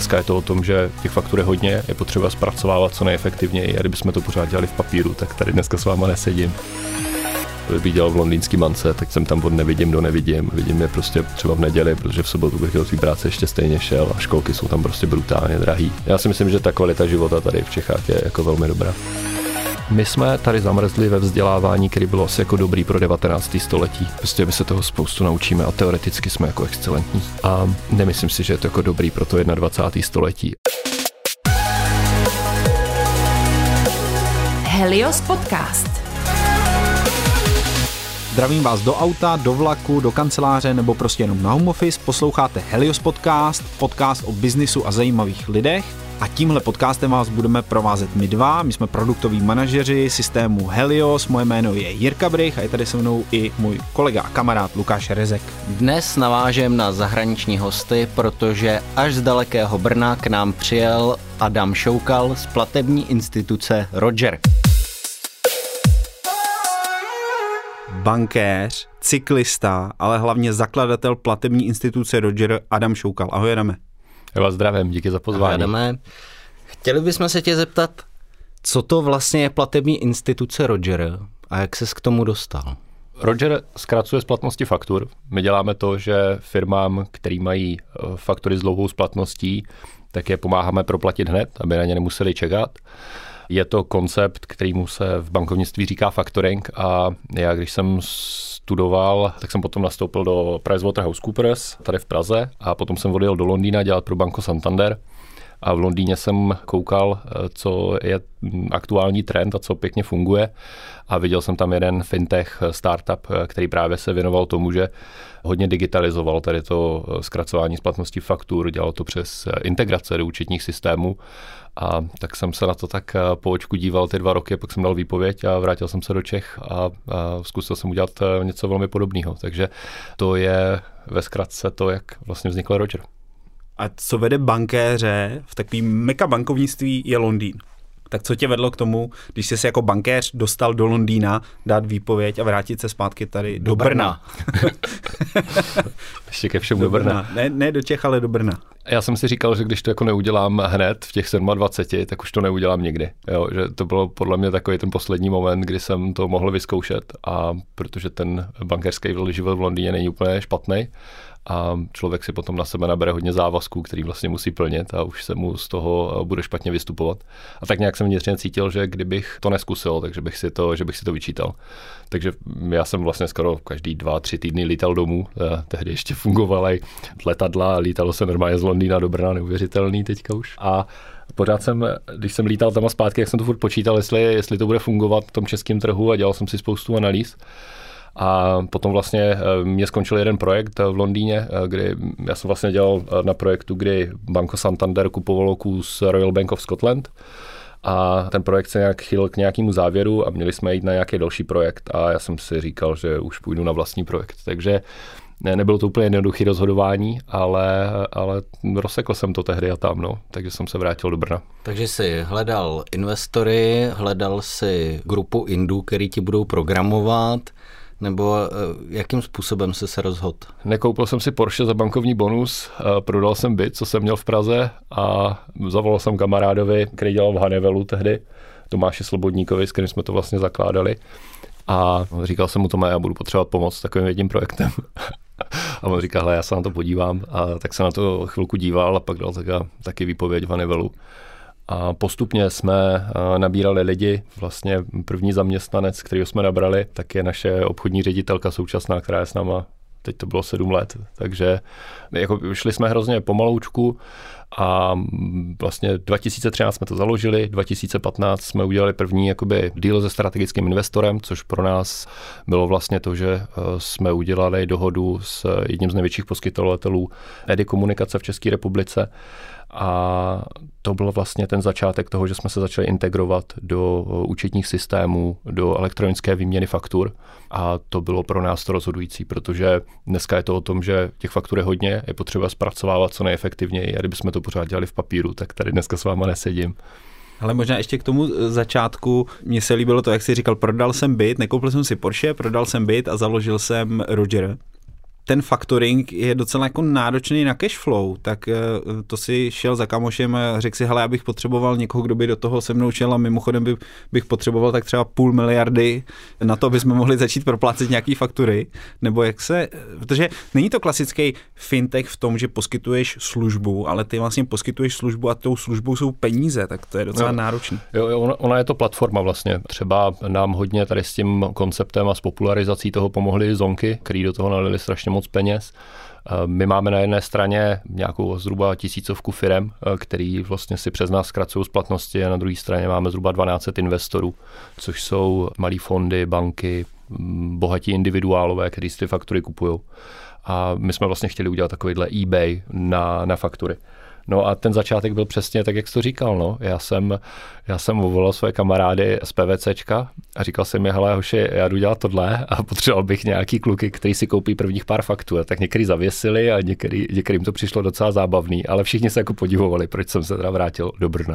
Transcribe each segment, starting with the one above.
dneska je to o tom, že těch faktur je hodně, je potřeba zpracovávat co nejefektivněji a kdybychom to pořád dělali v papíru, tak tady dneska s váma nesedím. Kdybych dělal v londýnský bance, tak jsem tam od nevidím do nevidím. Vidím je prostě třeba v neděli, protože v sobotu bych do té práce ještě stejně šel a školky jsou tam prostě brutálně drahý. Já si myslím, že ta kvalita života tady v Čechách je jako velmi dobrá. My jsme tady zamrzli ve vzdělávání, který bylo asi jako dobrý pro 19. století. Prostě my se toho spoustu naučíme a teoreticky jsme jako excelentní. A nemyslím si, že je to jako dobrý pro to 21. století. Helios Podcast. Zdravím vás do auta, do vlaku, do kanceláře nebo prostě jenom na home office. Posloucháte Helios podcast o biznisu a zajímavých lidech. A tímhle podcastem vás budeme provázet my dva. My jsme produktoví manažeři systému Helios. Moje jméno je Jirka Brych a je tady se mnou i můj kolega a kamarád Lukáš Rezek. Dnes navážem na zahraniční hosty, protože až z dalekého Brna k nám přijel Adam Šoukal z platební instituce Roger. Bankéř, cyklista, ale hlavně zakladatel platební instituce Roger Adam Šoukal. Ahoj, Adame. Já vás zdravím, díky za pozvání. Adame, chtěli bychom se tě zeptat, co to vlastně je platební instituce Roger a jak ses k tomu dostal? Roger zkracuje splatnosti faktur. My děláme to, že firmám, který mají faktury s dlouhou splatností, tak je pomáháme proplatit hned, aby na ně nemuseli čekat. Je to koncept, kterýmu se v bankovnictví říká factoring a já, když jsem studoval, tak jsem potom nastoupil do PricewaterhouseCoopers tady v Praze a potom jsem odjel do Londýna dělat pro Banco Santander a v Londýně jsem koukal, co je aktuální trend a co pěkně funguje a viděl jsem tam jeden fintech startup, který právě se věnoval tomu, že hodně digitalizoval tady to zkracování splatností faktur, dělal to přes integrace do účetních systémů. A tak jsem se na to tak po očku díval ty 2 roky, pak jsem dal výpověď a vrátil jsem se do Čech a zkusil jsem udělat něco velmi podobného. Takže to je ve zkratce to, jak vlastně vznikl Roger. A co vede bankéře v takovým meka bankovnictví je Londýn. Tak co tě vedlo k tomu, když jsi se jako bankéř dostal do Londýna, dát výpověď a vrátit se zpátky tady do Brna? Ještě ke všem do Brna. Ne do Čech, ale do Brna. Já jsem si říkal, že když to jako neudělám hned v těch 27, tak už to neudělám nikdy. Jo, že to bylo podle mě takový ten poslední moment, kdy jsem to mohl vyzkoušet a protože ten bankéřský život v Londýně není úplně špatný a člověk si potom na sebe nabere hodně závazků, který vlastně musí plnit a už se mu z toho bude špatně vystupovat. A tak nějak jsem vnitřně cítil, že kdybych to neskusil, takže bych si to vyčítal. Takže já jsem vlastně skoro každý 2-3 týdny lítal domů, tehdy ještě fungovaly letadla, lítalo se normálně z Londýna do Brna, neuvěřitelný teďka už. A pořád když jsem lítal tam a zpátky, jak jsem to furt počítal, jestli to bude fungovat v tom českém trhu a dělal jsem si spoustu analýz. A potom vlastně mě skončil jeden projekt v Londýně, kdy já jsem vlastně dělal na projektu, kdy Banco Santander kupovalo kus Royal Bank of Scotland a ten projekt se nějak chýlil k nějakému závěru a měli jsme jít na nějaký další projekt a já jsem si říkal, že už půjdu na vlastní projekt. Takže nebylo to úplně jednoduché rozhodování, ale rozsekl jsem to tehdy a tam, no, takže jsem se vrátil do Brna. Takže jsi hledal investory, hledal si grupu Indů, který ti budou programovat, nebo jakým způsobem jsi se rozhodl? Nekoupil jsem si Porsche za bankovní bonus, prodal jsem byt, co jsem měl v Praze a zavolal jsem kamarádovi, který dělal v Honeywellu tehdy, Tomáši Slobodníkovi, s kterým jsme to vlastně zakládali. A říkal jsem mu, Tome, já budu potřebovat pomoc s takovým jedním projektem. A on říkal, hele, já se na to podívám. A tak se na to chvilku díval a pak dal taky výpověď v Honeywellu. A postupně jsme nabírali lidi, vlastně první zaměstnanec, kterýho jsme nabrali, tak je naše obchodní ředitelka současná, která je s náma, teď to bylo 7 let, takže jako šli jsme hrozně pomaloučku a vlastně 2013 jsme to založili, 2015 jsme udělali první jakoby deal se strategickým investorem, což pro nás bylo vlastně to, že jsme udělali dohodu s jedním z největších poskytovatelů EDI komunikace v České republice. A to byl vlastně ten začátek toho, že jsme se začali integrovat do účetních systémů, do elektronické výměny faktur a to bylo pro nás to rozhodující, protože dneska je to o tom, že těch faktur je hodně, je potřeba zpracovávat co nejefektivněji a kdybychom to pořád dělali v papíru, tak tady dneska s váma nesedím. Ale možná ještě k tomu začátku, mně se líbilo to, jak jsi říkal, prodal jsem byt, nekoupil jsem si Porsche, prodal jsem byt a založil jsem Roger. ten faktoring je docela jako náročný na cash flow, tak to si šel za kamošem a řekl si, hele, já bych potřeboval někoho, kdo by do toho se mnou šel a mimochodem bych potřeboval tak třeba 500 miliardy na to, aby jsme mohli začít proplácet nějaký faktury, nebo protože není to klasický fintech v tom, že poskytuješ službu, ale ty vlastně poskytuješ službu a tou službou jsou peníze, tak to je docela náročné. Jo, ona je to platforma vlastně. Třeba nám hodně tady s tím konceptem a s popularizací toho pomohly zonky, který do toho nalili strašně moc peněz. My máme na jedné straně nějakou zhruba 1000 firem, který vlastně si přes nás zkracují splatnosti, a na druhé straně máme zhruba 1200 investorů, což jsou malí fondy, banky, bohatí individuálové, kteří si ty faktury kupují. A my jsme vlastně chtěli udělat takovýhle eBay na faktury. No a ten začátek byl přesně tak, jak jsi to říkal. No. Já jsem uvolal své kamarády z PVCčka a říkal jsem mi, hele hoši, já jdu dělat tohle a potřeboval bych nějaký kluky, kteří si koupí prvních pár faktur. Tak některý zavěsili a některým to přišlo docela zábavný, ale všichni se jako podivovali, proč jsem se teda vrátil do Brna.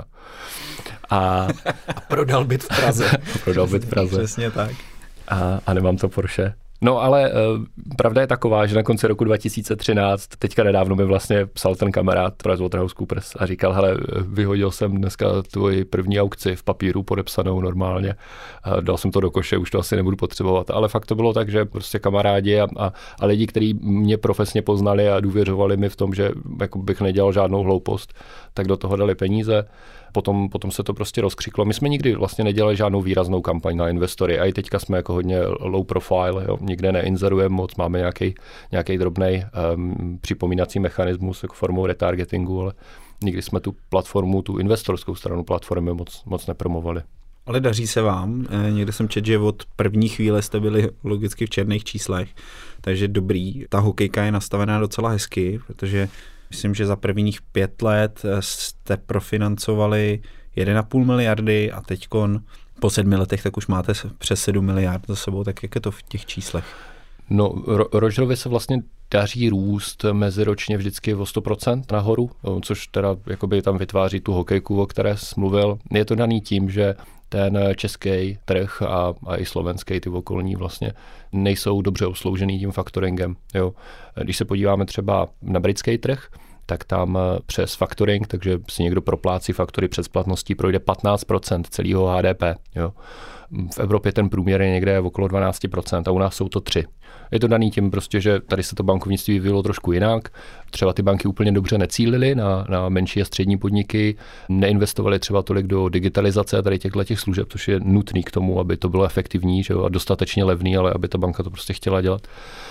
A prodal byt v Praze. Přesně tak. A nemám to Porsche. No ale pravda je taková, že na konci roku 2013, teďka nedávno mi vlastně psal ten kamarád PricewaterhouseCoopers a říkal, hele, vyhodil jsem dneska tvoji první aukci v papíru podepsanou normálně, dal jsem to do koše, už to asi nebudu potřebovat, ale fakt to bylo tak, že prostě kamarádi a lidi, kteří mě profesně poznali a důvěřovali mi v tom, že jako bych nedělal žádnou hloupost, tak do toho dali peníze. Potom se to prostě rozkřiklo. My jsme nikdy vlastně nedělali žádnou výraznou kampaň na investory a i teďka jsme jako hodně low profile, jo. Nikde neinzerujeme moc, máme nějaký drobnej připomínací mechanismus jako formou retargetingu, ale nikdy jsme tu platformu, tu investorskou stranu platformy moc nepromovali. Ale daří se vám. Někde jsem četl, že od první chvíle jste byli logicky v černých číslech, takže dobrý. Ta hokejka je nastavená docela hezky, protože myslím, že za prvních 5 let jste profinancovali 1,5 miliardy a teďkon po 7 letech tak už máte přes 7 miliard za sebou, tak jak je to v těch číslech? No, Rogerovi se vlastně daří růst meziročně vždycky o 100% nahoru, což teda jakoby tam vytváří tu hokejku, o které jsi mluvil. Je to daný tím, že ten český trh a i slovenský, ty okolní vlastně nejsou dobře obsloužený tím faktoringem. Jo. Když se podíváme třeba na britský trh, tak tam přes factoring, takže si někdo proplácí faktury před splatností, projde 15% celého HDP. Jo. V Evropě ten průměr je někde okolo 12% a u nás jsou to 3%. Je to daný tím prostě, že tady se to bankovnictví vyvíjelo trošku jinak. Třeba ty banky úplně dobře necílily na menší a střední podniky, neinvestovaly třeba tolik do digitalizace a tady těchto služeb, což je nutný k tomu, aby to bylo efektivní, že jo, a dostatečně levný, ale aby ta banka to prostě chtěla dělat.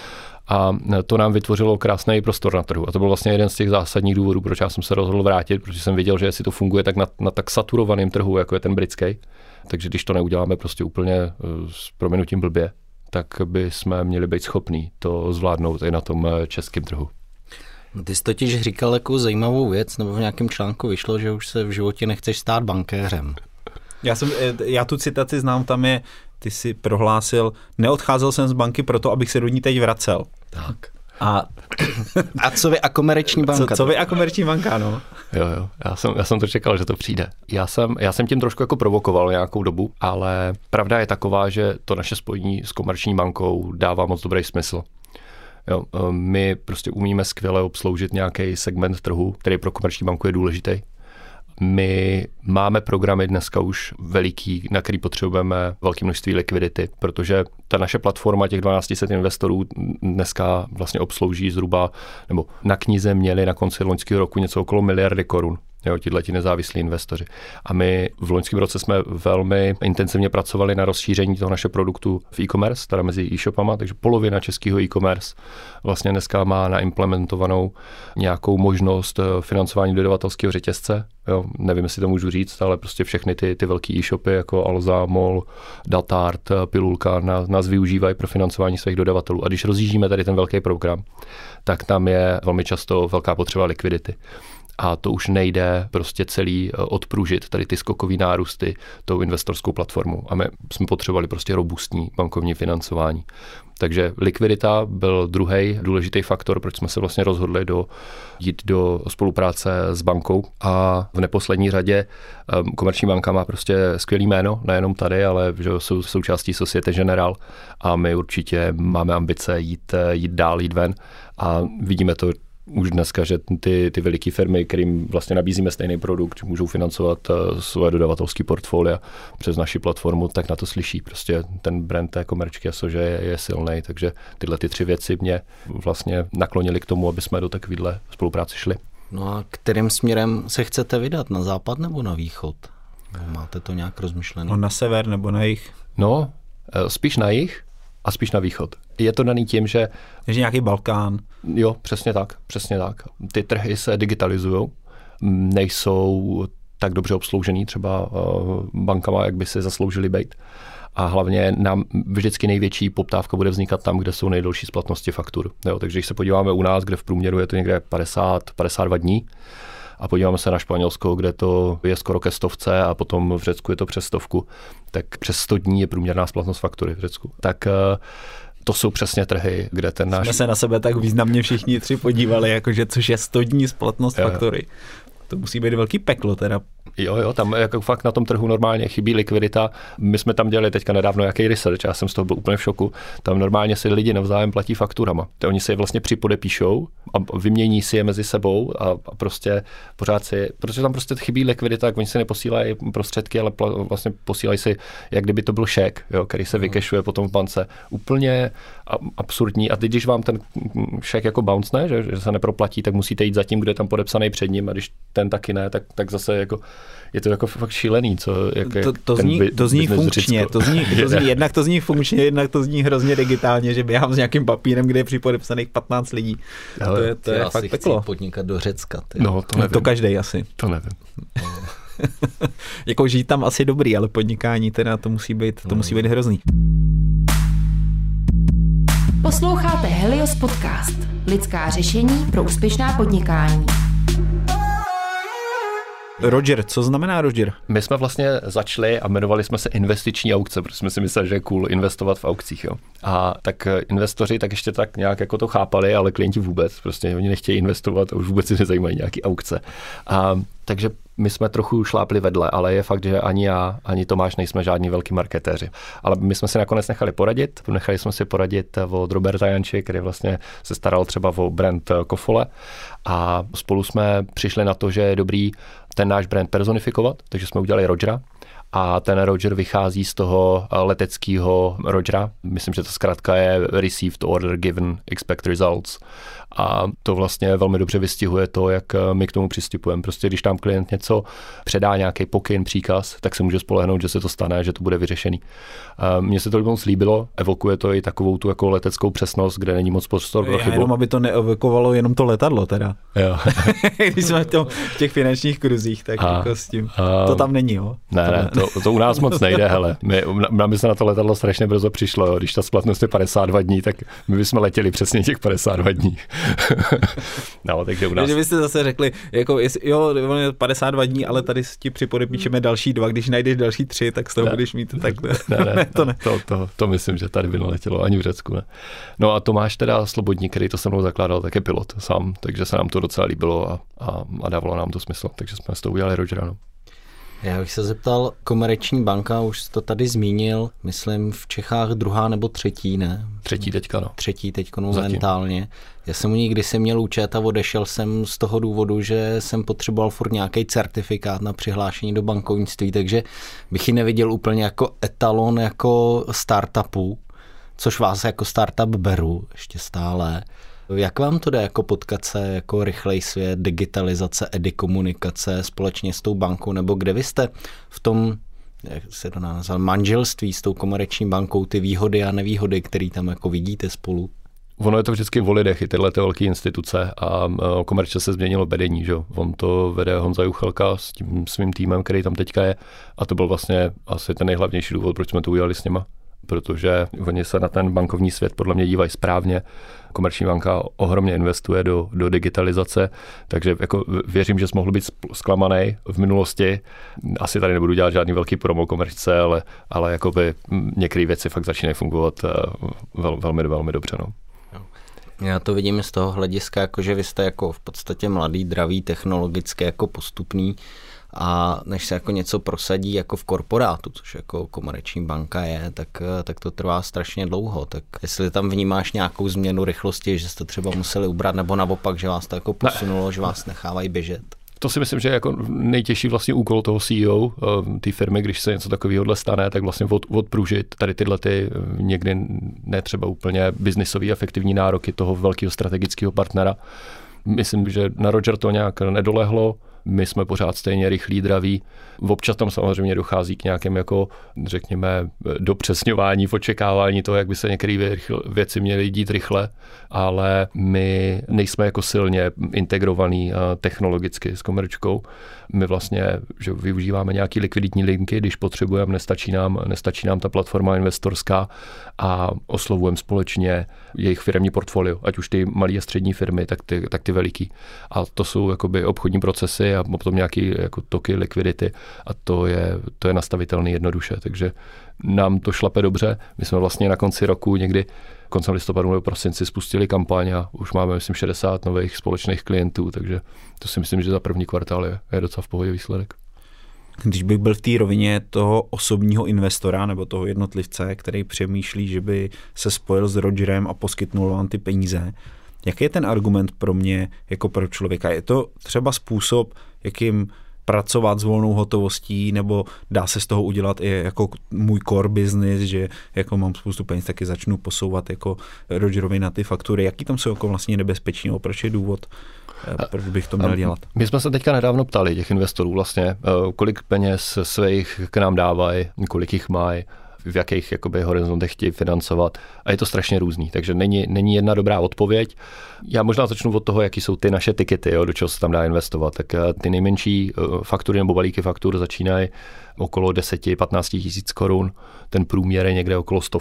A to nám vytvořilo krásný prostor na trhu. A to byl vlastně jeden z těch zásadních důvodů, proč já jsem se rozhodl vrátit, protože jsem viděl, že jestli to funguje tak na tak saturovaném trhu, jako je ten britský, takže když to neuděláme prostě úplně s prominutím blbě, tak by jsme měli být schopní to zvládnout i na tom českém trhu. Ty jsi totiž říkal jako zajímavou věc, nebo v nějakém článku vyšlo, že už se v životě nechceš stát bankéřem. Já tu citaci znám, tam je, ty jsi prohlásil, neodcházel jsem z banky proto, abych se do ní teď vracel. Tak. A co vy a komerční banka? Co vy a komerční banka, no? Jo, já jsem to čekal, že to přijde. Já jsem tím trošku jako provokoval nějakou dobu, ale pravda je taková, že to naše spojení s komerční bankou dává moc dobrý smysl. Jo, my prostě umíme skvěle obsloužit nějaký segment trhu, který pro komerční banku je důležitý. My máme programy dneska už veliký, na který potřebujeme velké množství likvidity, protože ta naše platforma těch 1200 investorů dneska vlastně obslouží zhruba, nebo na knize měli na konci loňského roku něco okolo 1 miliardy korun. Jo, tihleti nezávislí investoři. A my v loňském roce jsme velmi intenzivně pracovali na rozšíření toho naše produktu v e-commerce, teda mezi e-shopama, takže polovina českého e-commerce vlastně dneska má naimplementovanou nějakou možnost financování dodavatelského řetězce. Jo, nevím, jestli to můžu říct, ale prostě všechny ty velký e-shopy jako Alza, MOL, Datart, Pilulka nás využívají pro financování svých dodavatelů. A když rozjíždíme tady ten velký program, tak tam je velmi často velká potřeba likvidity. A to už nejde prostě celý odpružit, tady ty skokový nárůsty tou investorskou platformou. A my jsme potřebovali prostě robustní bankovní financování. Takže likvidita byl druhý důležitý faktor, proč jsme se vlastně rozhodli jít do spolupráce s bankou. A v neposlední řadě Komerční banka má prostě skvělý jméno, nejenom tady, ale že jsou součástí Societe Generale a my určitě máme ambice jít dál, jít ven a vidíme to už dneska, že ty veliké firmy, kterým vlastně nabízíme stejný produkt, můžou financovat svoje dodavatelské portfolia přes naši platformu, tak na to slyší. Prostě ten brand té Komerčky že je silný, takže tyhle ty 3 věci mě vlastně naklonily k tomu, aby jsme do takovéhle spolupráce šli. No a kterým směrem se chcete vydat? Na západ nebo na východ? Máte to nějak rozmyšlené? No na sever nebo na jih? No, spíš na jih a spíš na východ. Je to daný tím, že... Takže nějaký Balkán. Jo, přesně tak. Ty trhy se digitalizují, nejsou tak dobře obsloužený třeba bankama, jak by si zasloužili být. A hlavně nám vždycky největší poptávka bude vznikat tam, kde jsou nejdelší splatnosti faktur. Jo, takže když se podíváme u nás, kde v průměru je to někde 52 dní, a podíváme se na Španělsko, kde to je skoro ke 100 a potom v Řecku je to přes 100, tak přes 100 dní je průměrná splatnost faktury v Řecku. Tak to jsou přesně trhy, kde ten náš... Jsme se na sebe tak významně všichni 3 podívali, jakože což je 100 dní splatnost faktury. To musí být velký peklo teda. Jo, tam jako fakt na tom trhu normálně chybí likvidita. My jsme tam dělali teďka nedávno jaký research, já jsem z toho byl úplně v šoku. Tam normálně si lidi navzájem platí fakturama. Oni si je vlastně připodepíšou a vymění si je mezi sebou a prostě pořád protože tam prostě chybí likvidita, tak oni si neposílají prostředky, ale vlastně posílají si, jak kdyby to byl šek, jo, který se vykešuje potom v bance. Úplně absurdní. A teď, když vám ten šek jako bouncne, že se neproplatí, tak musíte jít za tím, kdo je tam podepsaný před ním, a když ten taky ne, tak zase jako je to jako fakt šílený, co to zní funkčně, jednak to zní funkčně, jednak to zní hrozně digitálně, že běhám s nějakým papírem, kde je připodepsaných 15 lidí. To je fakt peklo. Podnikat do Řecka. No, to nevím. To každej asi. To nevím. Jako žít tam asi dobrý, ale podnikání teda to musí být hrozný. Posloucháte Helios Podcast. Lidská řešení pro úspěšná podnikání. Roger, co znamená Roger? My jsme vlastně začali a jmenovali jsme se investiční aukce, protože jsme si mysleli, že je cool investovat v aukcích. Jo. A tak investoři tak ještě tak nějak jako to chápali, ale klienti vůbec. Prostě oni nechtějí investovat a už vůbec si nezajímají nějaký aukce. Takže my jsme trochu šlápli vedle, ale je fakt, že ani já, ani Tomáš nejsme žádní velký marketéři. Ale my jsme si nakonec nechali poradit. Nechali jsme si poradit od Roberta Janči, který vlastně se staral třeba o brand Kofole. A spolu jsme přišli na to, že je dobrý ten náš brand personifikovat, takže jsme udělali Rogera. A ten Roger vychází z toho leteckého Rogera. Myslím, že ta zkrátka je Received Order Given Expect Results. A to vlastně velmi dobře vystihuje to, jak my k tomu přistupujeme. Prostě když tam klient něco předá, nějaký pokyn, příkaz, tak se může spolehnout, že se to stane, že to bude vyřešený. Mně se to moc líbilo, evokuje to i takovou tu jako leteckou přesnost, kde není moc prostor pro chybu. Jenom aby to neevokovalo jenom to letadlo teda. Jo. Když jsme v těch finančních kruzích, tak jako s tím. To tam není, jo? Ne, to u nás moc nejde, hele. My se na to letadlo strašně brzo přišlo, jo. Když ta splatnost je 52 dní, tak my bychom letěli přesně těch 52 dní. No, takže u nás... Takže byste zase řekli, jako, jo, 52 dní, ale tady ti připodepíšeme další 2, když najdeš další 3, tak z toho budeš mít takhle. Ne, to myslím, že tady by neletělo ani v Řecku, ne. No a Tomáš teda Slobodník, který to se mnou zakládal, tak je pilot sám, takže se nám to docela líbilo a dávalo nám to smysl, takže jsme z toho udělali Rogera, no. Já bych se zeptal, Komerční banka, už to tady zmínil, myslím v Čechách 2. nebo 3., ne? 3. teďka, no. 3. teďka momentálně. Já jsem u ní kdysi měl účet a odešel jsem z toho důvodu, že jsem potřeboval furt nějaký certifikát na přihlášení do bankovnictví, takže bych ji neviděl úplně jako etalon, jako startupu, což vás jako startup beru ještě stále. Jak vám to jde jako potkat se jako rychlej svět, digitalizace, komunikace společně s tou bankou, nebo kde vy jste v tom, jak se to nazval, manželství s tou Komerční bankou, ty výhody a nevýhody, které tam jako vidíte spolu? Ono je to vždycky o lidech, i tyhle velké instituce a Komerčně se změnilo vedení, že? On to vede Honza Juchelka s tím svým týmem, který tam teďka je, a to byl vlastně asi ten nejhlavnější důvod, proč jsme to udělali s nima. protože oni se na ten bankovní svět podle mě dívají správně. Komerční banka ohromně investuje do digitalizace, takže jako věřím, že jsi mohl být zklamaný v minulosti. Asi tady nebudu dělat žádný velký promo komerčce, ale jakoby některé věci fakt začínají fungovat velmi, velmi dobře. No. Já to vidím z toho hlediska, jako že vy jste jako v podstatě mladý, dravý, technologicky jako postupný, a než se jako něco prosadí jako v korporátu, což jako Komerční banka je, tak to trvá strašně dlouho. Tak jestli tam vnímáš nějakou změnu rychlosti, že jste třeba museli ubrat, nebo naopak, že vás to jako posunulo, že vás nechávají běžet? To si myslím, že je jako nejtěžší vlastně úkol toho CEO, té firmy, když se něco takového stane, tak vlastně odpružit tady tyhle někdy netřeba úplně biznisový efektivní nároky toho velkého strategického partnera. Myslím, že na Roger to nějak nedolehlo. My jsme pořád stejně rychlí, draví. Občas tam samozřejmě dochází k nějakém, jako, řekněme, dopřesňování, v očekávání toho, jak by se některé věci měly dít rychle, ale my nejsme jako silně integrovaný technologicky s komerčkou. My vlastně, že využíváme nějaký likviditní linky, když potřebujeme, nestačí nám ta platforma investorská a oslovujeme společně jejich firemní portfolio, ať už ty malé a střední firmy, tak ty veliký. A to jsou jakoby obchodní procesy a potom nějaký jako toky likvidity a to je nastavitelný jednoduše, takže nám to šlape dobře. My jsme vlastně na konci roku někdy koncem listopadu nebo prosinci spustili kampaň a už máme, myslím, 60 nových společných klientů, takže to si myslím, že za první kvartál je docela v pohodě výsledek. Když bych byl v té rovině toho osobního investora nebo toho jednotlivce, který přemýšlí, že by se spojil s Rogerem a poskytnul vám ty peníze, jaký je ten argument pro mě jako pro člověka? Je to třeba způsob, jakým pracovat s volnou hotovostí, nebo dá se z toho udělat i jako můj core business, že jako mám spoustu peněz, taky začnu posouvat jako Rogerovi na ty faktury. Jaký tam jsou jako vlastně nebezpečný, nebo proč je důvod, proč bych to měl dělat? My jsme se teďka nedávno ptali těch investorů vlastně, kolik peněz svých k nám dávají, kolik jich mají, v jakých jakoby horizontech chtějí financovat a je to strašně různý, takže není jedna dobrá odpověď. Já možná začnu od toho, jaký jsou ty naše tikety, do čeho se tam dá investovat. Tak ty nejmenší faktury nebo balíky faktur začínají okolo 10-15 tisíc korun, ten průměr je někde okolo 100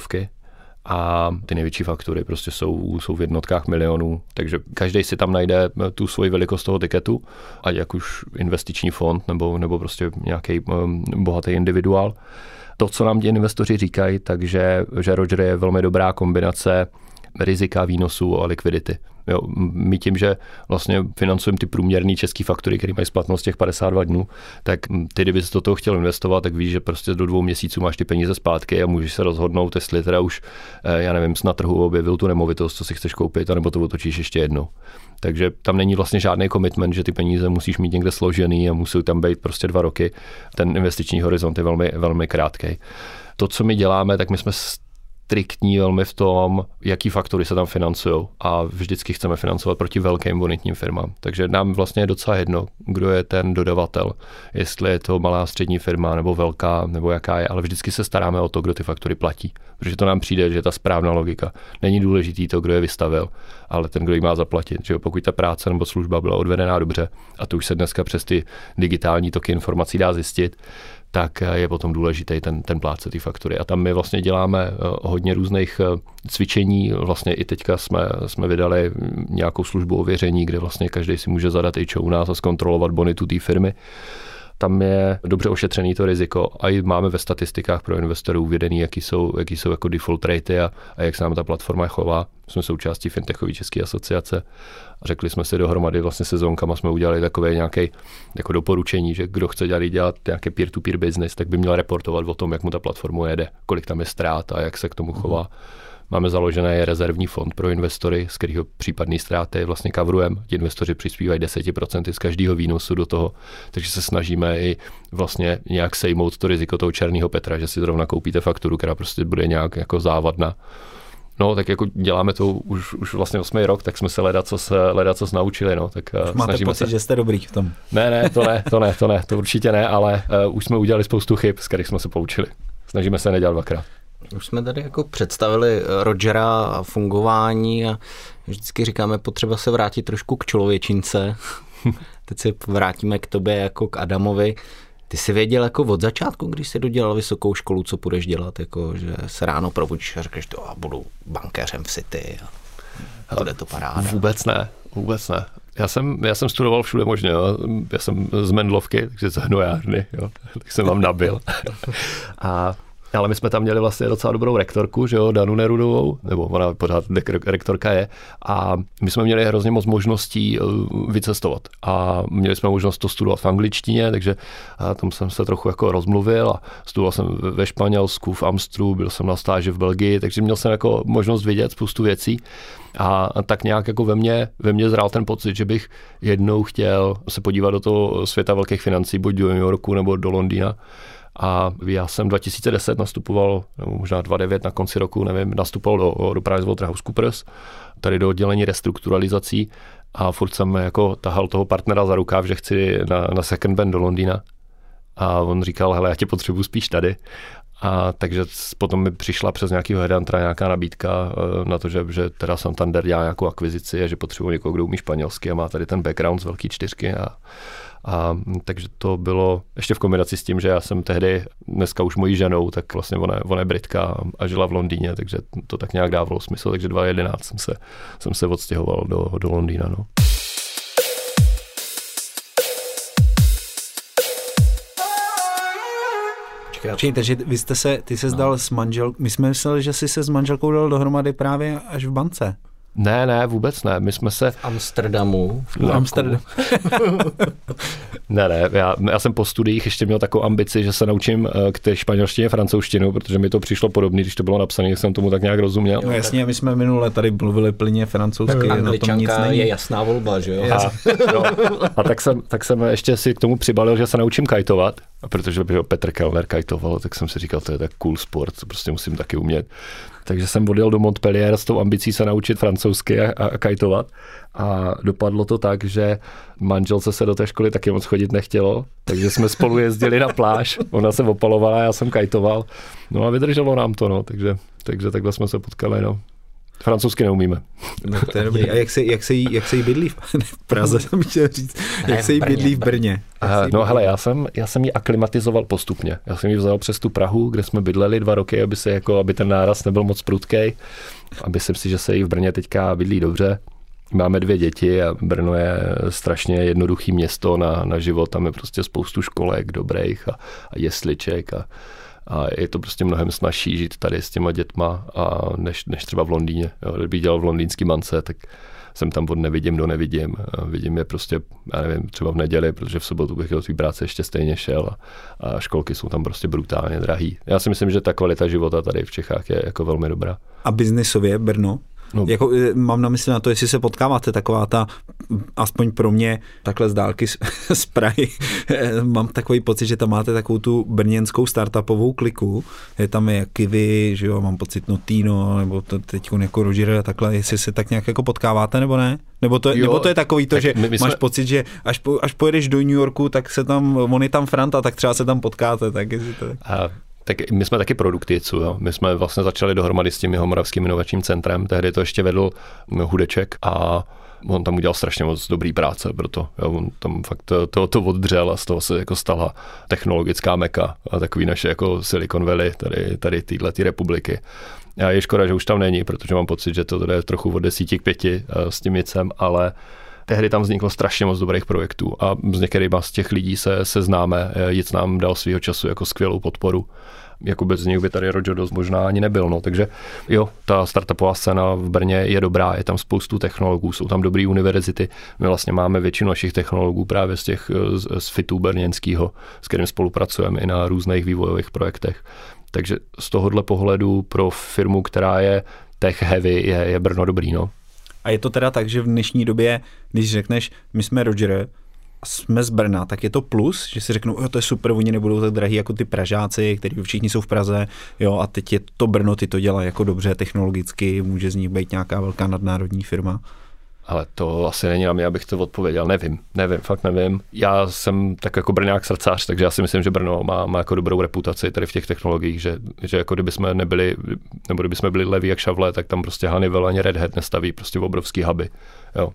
a ty největší faktury prostě jsou v jednotkách milionů, takže každý si tam najde tu svoji velikost toho tiketu, ať jak už investiční fond nebo prostě nějaký bohatý individuál. To, co nám ti investoři říkají, takže že Roger je velmi dobrá kombinace rizika, výnosu a likvidity. Jo, my tím, že vlastně financujeme ty průměrné české faktury, které mají splatnost těch 52 dnů, tak ty, kdyby jsi do toho chtěl investovat, tak víš, že prostě do 2 měsíců máš ty peníze zpátky a můžeš se rozhodnout, jestli teda už, já nevím, na trhu objevil tu nemovitost, co si chceš koupit, anebo to otočíš ještě jednou. Takže tam není vlastně žádný commitment, že ty peníze musíš mít někde složený a musí tam být prostě 2 roky. Ten investiční horizont je velmi, velmi krátký. To, co my děláme, tak my jsme striktní velmi v tom, jaký faktory se tam financují a vždycky chceme financovat proti velkým bonitním firmám. Takže nám vlastně je docela jedno, kdo je ten dodavatel, jestli je to malá střední firma nebo velká, nebo jaká je, ale vždycky se staráme o to, kdo ty faktory platí, protože to nám přijde, že je ta správná logika. Není důležitý to, kdo je vystavil, ale ten, kdo ji má zaplatit. Že pokud ta práce nebo služba byla odvedená dobře, a to už se dneska přes ty digitální toky informací dá zjistit, tak je potom důležitý ten plátce té faktury. A tam my vlastně děláme hodně různých cvičení. Vlastně i teďka jsme vydali nějakou službu ověření, kde vlastně každý si může zadat HO u nás a zkontrolovat bonitu té firmy. Tam je dobře ošetřený to riziko a i máme ve statistikách pro investorů uvedený, jaký jsou jako default ratey a jak se nám ta platforma chová. Jsme součástí Fintechové české asociace a řekli jsme si dohromady vlastně sezónkama jsme udělali takové nějaké jako doporučení, že kdo chce dělat nějaké peer-to-peer business, tak by měl reportovat o tom, jak mu ta platforma jede, kolik tam je ztrát a jak se k tomu chová. Máme založený rezervní fond pro investory, z kterého případné ztráty vlastně coverujeme. Ti investoři přispívají 10% z každého výnosu do toho, takže se snažíme i vlastně nějak sejmout to riziko toho černého Petra, že si zrovna koupíte fakturu, která prostě bude nějak jako závadná. No, tak jako děláme to už vlastně 8. rok, tak jsme se ledacos naučili, no, tak máte pocit, že jste dobrý v tom? Ne, to určitě ne, ale už jsme udělali spoustu chyb, z kterých jsme se poučili. Snažíme se nedělat dvakrát. Už jsme tady jako představili Rogera a fungování a vždycky říkáme, potřeba se vrátit trošku k člověčince. Teď se vrátíme k tobě jako k Adamovi. Ty jsi věděl jako od začátku, když jsi dodělal vysokou školu, co budeš dělat, jako že se ráno probudíš a řekneš to a budu bankéřem v City a bude to paráda. Vůbec ne. Já jsem studoval všude možně, jo. Já jsem z Mendlovky, takže z hnojárny, jo. Tak jsem vám nabil. Ale my jsme tam měli vlastně docela dobrou rektorku, že jo, Danu Nerudovou, nebo ona pořád rektorka je, a my jsme měli hrozně moc možností vycestovat a měli jsme možnost to studovat v angličtině, takže tam jsem se trochu jako rozmluvil a studoval jsem ve Španělsku, v Amstru, byl jsem na stáži v Belgii, takže měl jsem jako možnost vidět spoustu věcí a tak nějak jako ve mně zrál ten pocit, že bych jednou chtěl se podívat do toho světa velkých financí, buď do New Yorku nebo do Londýna. A já jsem 2010 nastupoval, nebo možná 2009 na konci roku, nevím, nastupoval do PricewaterhouseCoopers, tady do oddělení restrukturalizací a furt jsem jako tahal toho partnera za rukáv, že chci na second band do Londýna. A on říkal, hele, já tě potřebuji spíš tady. A takže potom mi přišla přes nějakého headhuntera nějaká nabídka na to, že teda Santander dělá nějakou akvizici a že potřebuji někoho, kdo umí španělsky a má tady ten background z velký čtyřky a takže to bylo ještě v kombinaci s tím, že já jsem tehdy, dneska už mojí ženou, tak vlastně ona je Britka a žila v Londýně, takže to tak nějak dávalo smysl, takže 2011 jsem se odstěhoval do Londýna. No. Takže ty se zdal s manželkou, my jsme mysleli, že jsi se s manželkou dal dohromady právě až v bance. Ne, vůbec ne. My jsme se... V Amsterdamu. Ne, já jsem po studiích ještě měl takovou ambici, že se naučím k té španělštině francouzštinu, protože mi to přišlo podobné, když to bylo napsané, jsem tomu tak nějak rozuměl. No jasně, my jsme minule tady mluvili plně francouzsky. Angličanka je jasná volba, že jo? A tak jsem ještě si k tomu přibalil, že se naučím kajtovat, protože Petr Kellner kajtoval, tak jsem si říkal, to je tak cool sport, co prostě musím taky umět. Takže jsem odjel do Montpellier s tou ambicí se naučit francouzsky a kajtovat. A dopadlo to tak, že manželce se do té školy taky moc chodit nechtělo, takže jsme spolu jezdili na pláž. Ona se opalovala, já jsem kajtoval. No a vydrželo nám to, no, takže takhle jsme se potkali, no. Francouzsky neumíme. No, to je dobrý. A jak se jí bydlí v Praze, jsem chtěl říct. Jak se jí bydlí v Brně? No hele, já jsem ji aklimatizoval postupně. Já jsem ji vzal přes tu Prahu, kde jsme bydleli 2 roky, aby ten náraz nebyl moc prudkej. A myslím si, že se jí v Brně teďka bydlí dobře. Máme 2 děti a Brno je strašně jednoduchý město na život. Tam je prostě spoustu školek dobrých a jesliček a je to prostě mnohem snazší žít tady s těma dětma, než třeba v Londýně. Kdybych dělal v londýnský bance, tak jsem tam od nevidím do nevidím. Vidím je prostě, já nevím, třeba v neděli, protože v sobotu bych do té práce ještě stejně šel a školky jsou tam prostě brutálně drahý. Já si myslím, že ta kvalita života tady v Čechách je jako velmi dobrá. A biznisově Brno? No. Jako, mám na mysli na to, jestli se potkáváte, taková ta, aspoň pro mě, takhle z dálky z Prahy, mám takový pocit, že tam máte takovou tu brněnskou startupovou kliku, je tam jak vy, že jo, mám pocit Notino, nebo to teď jako Roger a takhle, jestli se tak nějak jako potkáváte, nebo ne? Nebo to je takový to, tak že máš pocit, že až pojedeš do New Yorku, tak se tam, on je tam Franta, tak třeba se tam potkáte, tak jestli to... Tak my jsme taky produkticu, jo. My jsme vlastně začali dohromady s tím Jihomoravským inovačním centrem, tehdy to ještě vedl Hudeček a on tam udělal strašně moc dobrý práce, proto jo, on tam fakt to oddřel a z toho se jako stala technologická meka a takový naše jako Silicon Valley tady této republiky. A je škoda, že už tam není, protože mám pocit, že to je trochu od 10 k 5 s tím Jicem, ale tehdy tam vzniklo strašně moc dobrých projektů a s některýma z těch lidí se známe. Jic nám dal svýho času jako skvělou podporu. Jako bez nich by tady Roger dost možná ani nebyl. No. Takže jo, ta startupová scéna v Brně je dobrá, je tam spoustu technologů, jsou tam dobré univerzity. My vlastně máme většinu našich technologů právě z FITu brněnského, s kterým spolupracujeme i na různých vývojových projektech. Takže z tohohle pohledu pro firmu, která je tech heavy, je Brno dobrý. No. A je to teda tak, že v dnešní době, když řekneš, my jsme Roger, jsme z Brna, tak je to plus, že si řeknou, jo, to je super, oni nebudou tak drahý jako ty Pražáci, kteří všichni jsou v Praze, jo, a teď je to Brno, ty to dělá jako dobře technologicky, může z nich být nějaká velká nadnárodní firma. Ale to asi není na mě, abych to odpověděl. Nevím, fakt nevím. Já jsem tak jako Brňák srdcař, takže já si myslím, že Brno má jako dobrou reputaci tady v těch technologiích, že jako kdyby jsme byli leví jak šavle, tak tam prostě Honeywell ani Red Hat nestaví prostě obrovský huby. Jo.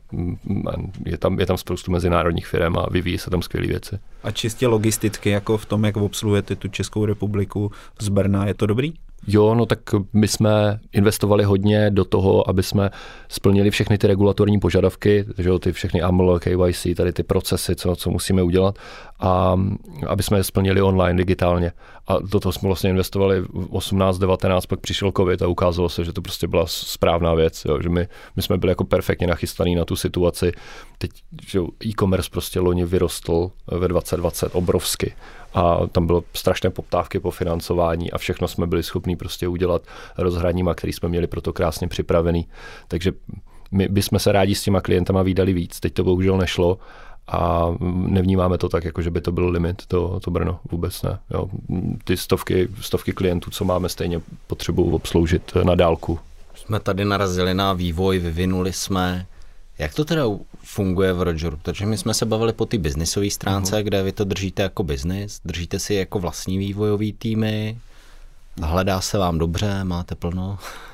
Je tam spoustu mezinárodních firm a vyvíjí se tam skvělé věci. A čistě logisticky, jako v tom, jak obsluhujete tu Českou republiku z Brna, je to dobrý? Jo, no tak my jsme investovali hodně do toho, aby jsme splnili všechny ty regulatorní požadavky, že ty všechny AML, KYC, tady ty procesy, co musíme udělat, a aby jsme je splnili online, digitálně. A do toho jsme vlastně investovali 18, 19, pak přišel covid a ukázalo se, že to prostě byla správná věc, jo, že my jsme byli jako perfektně nachystaný na tu situaci. Teď, že e-commerce prostě loni vyrostl ve 2020 obrovsky. A tam bylo strašné poptávky po financování a všechno jsme byli schopni prostě udělat rozhraníma, který jsme měli proto krásně připravený. Takže my bychom se rádi s těma klientama vídali víc. Teď to bohužel nešlo a nevnímáme to tak, jako že by to byl limit, to Brno vůbec ne. Jo. Ty stovky klientů, co máme, stejně potřebují obsloužit na dálku. Jsme tady narazili na vývoj, vyvinuli jsme. Jak to teda funguje v Rogeru? Protože my jsme se bavili po ty biznisové stránce, kde vy to držíte jako biznis, držíte si jako vlastní vývojový týmy, hledá se vám dobře, máte plno.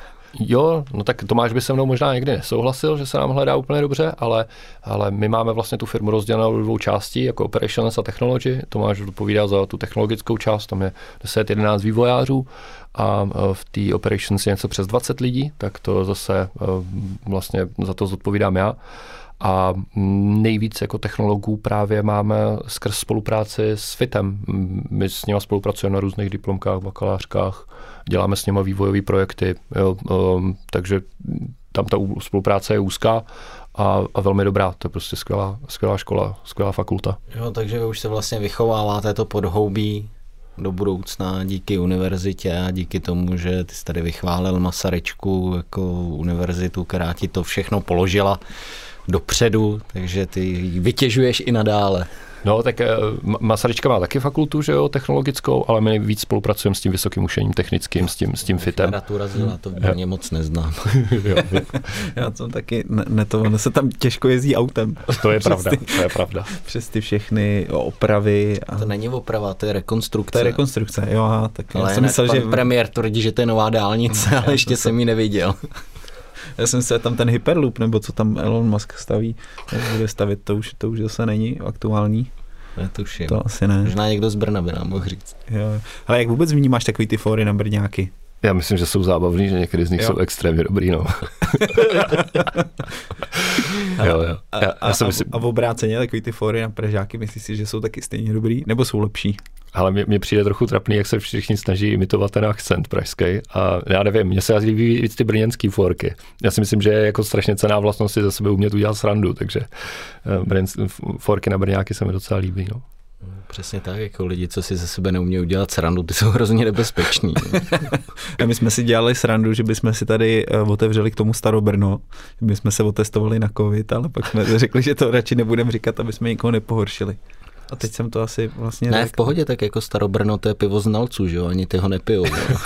Jo, no tak Tomáš by se mnou možná někdy nesouhlasil, že se nám hledá úplně dobře, ale my máme vlastně tu firmu rozdělenou do dvou částí, jako Operations a Technology. Tomáš odpovídá za tu technologickou část, tam je 10-11 vývojářů a v té Operations je něco přes 20 lidí, tak to zase vlastně za to zodpovídám já. A nejvíc jako technologů právě máme skrz spolupráci s FITem. My s nimi spolupracujeme na různých diplomkách, bakalářkách, děláme s nimi vývojové projekty, jo, takže tam ta spolupráce je úzká a velmi dobrá. To je prostě skvělá škola, skvělá fakulta. Jo, takže vy už se vlastně vychováváte to podhoubí do budoucna díky univerzitě a díky tomu, že ty jsi tady vychválil Masaryčku jako univerzitu, která ti to všechno položila dopředu, takže ty ji vytěžuješ i nadále. No, tak Masaryčka má taky fakultu, že jo, technologickou, ale my víc spolupracujeme s tím vysokým učením technickým, s tím FITem. Já to mě moc neznám. Já jsem taky, ono se tam těžko jezdí autem. To je pravda. Přes ty všechny opravy. To není oprava, to je rekonstrukce. To je rekonstrukce, jo, tak ale já jsem myslel, že premiér tvrdí, že to je nová dálnice, ale ještě jsem ji neviděl. Já jsem se tam ten Hyperloop, nebo co tam Elon Musk staví, bude stavit, to už zase není aktuální. Netuším. To asi ne. Možná někdo z Brna by nám mohl říct. Jo. Ale jak vůbec vnímáš takový ty fóry na Brňáky? Já myslím, že jsou zábavný, že některý z nich jsou extrémně dobrý, no. Jo. A v obráceně takový ty fóry na Pražáky, myslíš si, že jsou taky stejně dobrý, nebo jsou lepší? Ale mě přijde trochu trapný, jak se všichni snaží imitovat ten akcent pražský. A já nevím, mně se líbí víc ty brněnský forky. Já si myslím, že je jako strašně cenná vlastnost si za sebe umět udělat srandu, takže forky na Brňáky se mi docela líbí. No. Přesně tak, jako lidi, co si ze sebe neumějí udělat srandu, ty jsou hrozně nebezpeční. A my jsme si dělali srandu, že bychom si tady otevřeli k tomu Starobrno, že bychom se otestovali na covid, ale pak jsme řekli, že to radši nebudeme říkat, aby jsme nikoho nepohoršili. A teď jsem to asi vlastně ne, v pohodě, tak jako Starobrno, to je pivo znalců, že jo, ani ty ho nepijou.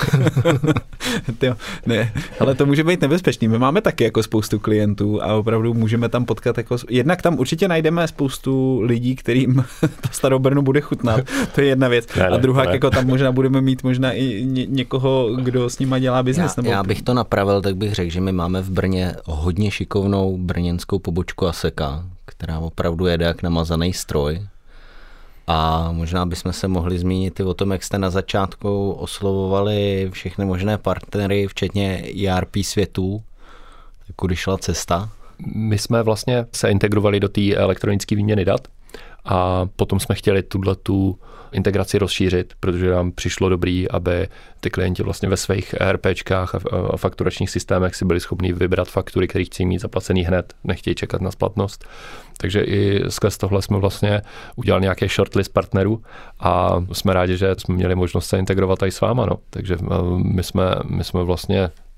Ne, ale to může být nebezpečný. My máme taky jako spoustu klientů a opravdu můžeme tam potkat jako, jednak tam určitě najdeme spoustu lidí, kterým to Starobrno bude chutnat. To je jedna věc. A druhá, jako tam možná budeme mít možná i někoho, kdo s nima dělá biznes. Já bych to napravil, tak bych řekl, že my máme v Brně hodně šikovnou brněnskou pobočku Aseka, která opravdu jede jak namazaný stroj. A možná bychom se mohli zmínit i o tom, jak jste na začátku oslovovali všechny možné partnery, včetně ERP světů, kudy šla cesta. My jsme vlastně se integrovali do té elektronické výměny dat a potom jsme chtěli tu integraci rozšířit, protože nám přišlo dobrý, aby ty klienti vlastně ve svých ERPčkách a fakturačních systémech si byli schopni vybrat faktury, které chtějí mít zaplacený hned, nechtějí čekat na splatnost. Takže i skrz tohle jsme vlastně udělali nějaký shortlist partnerů a jsme rádi, že jsme měli možnost se integrovat i s váma. No. Takže my jsme vlastně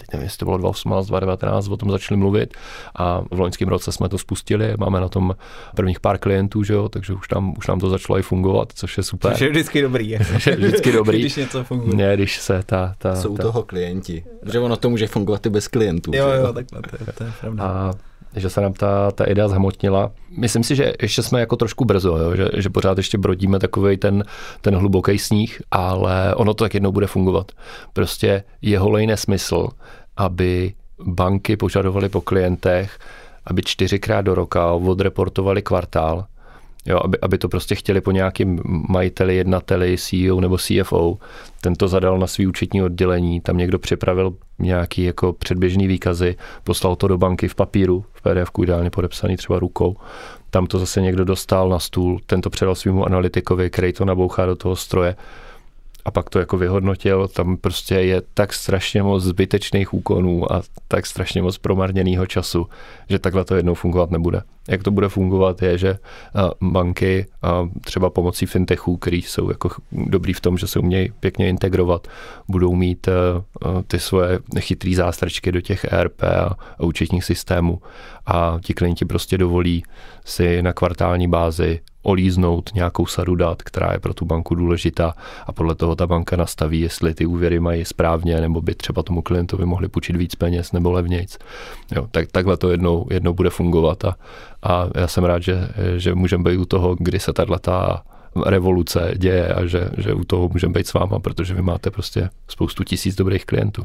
teď nevím, jestli to bylo 2018, 2019, o tom začali mluvit a v loňském roce jsme to spustili, máme na tom prvních pár klientů, že jo, takže už nám to začalo i fungovat, což je super. Což je vždycky dobrý. Vždycky dobrý. Když něco funguje. Ne, když se jsou toho klienti. Že ono to může fungovat i bez klientů. Jo, takhle, to je pravda. A že se nám ta idea zhmotnila. Myslím si, že ještě jsme jako trošku brzo, jo? Že pořád ještě brodíme takovej ten hluboký sníh, ale ono to tak jednou bude fungovat. Prostě je holej nesmysl, aby banky požadovaly po klientech, aby 4krát do roka odreportovali kvartál, jo, aby to prostě chtěli po nějakým majiteli, jednateli, CEO nebo CFO. Ten to zadal na svý účetní oddělení, tam někdo připravil nějaký jako předběžný výkazy, poslal to do banky v papíru, v PDF-ku ideálně podepsaný třeba rukou. Tam to zase někdo dostal na stůl, ten to předal svýmu analytikovi, který to nabouchá do toho stroje a pak to jako vyhodnotil. Tam prostě je tak strašně moc zbytečných úkonů a tak strašně moc promarněného času, že takhle to jednou fungovat nebude. Jak to bude fungovat je, že banky třeba pomocí fintechů, který jsou jako dobrý v tom, že se umějí pěkně integrovat, budou mít ty svoje chytrý zástrčky do těch ERP a účetních systémů a ti klienti prostě dovolí si na kvartální bázi olíznout nějakou sadu dat, která je pro tu banku důležitá a podle toho ta banka nastaví, jestli ty úvěry mají správně, nebo by třeba tomu klientovi mohli půjčit víc peněz nebo levnějc. Jo, takhle to jednou bude fungovat a já jsem rád, že můžeme být u toho, kdy se tato revoluce děje a že u toho můžeme být s váma, protože vy máte prostě spoustu tisíc dobrých klientů.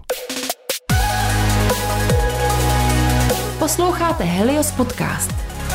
Posloucháte Helios Podcast.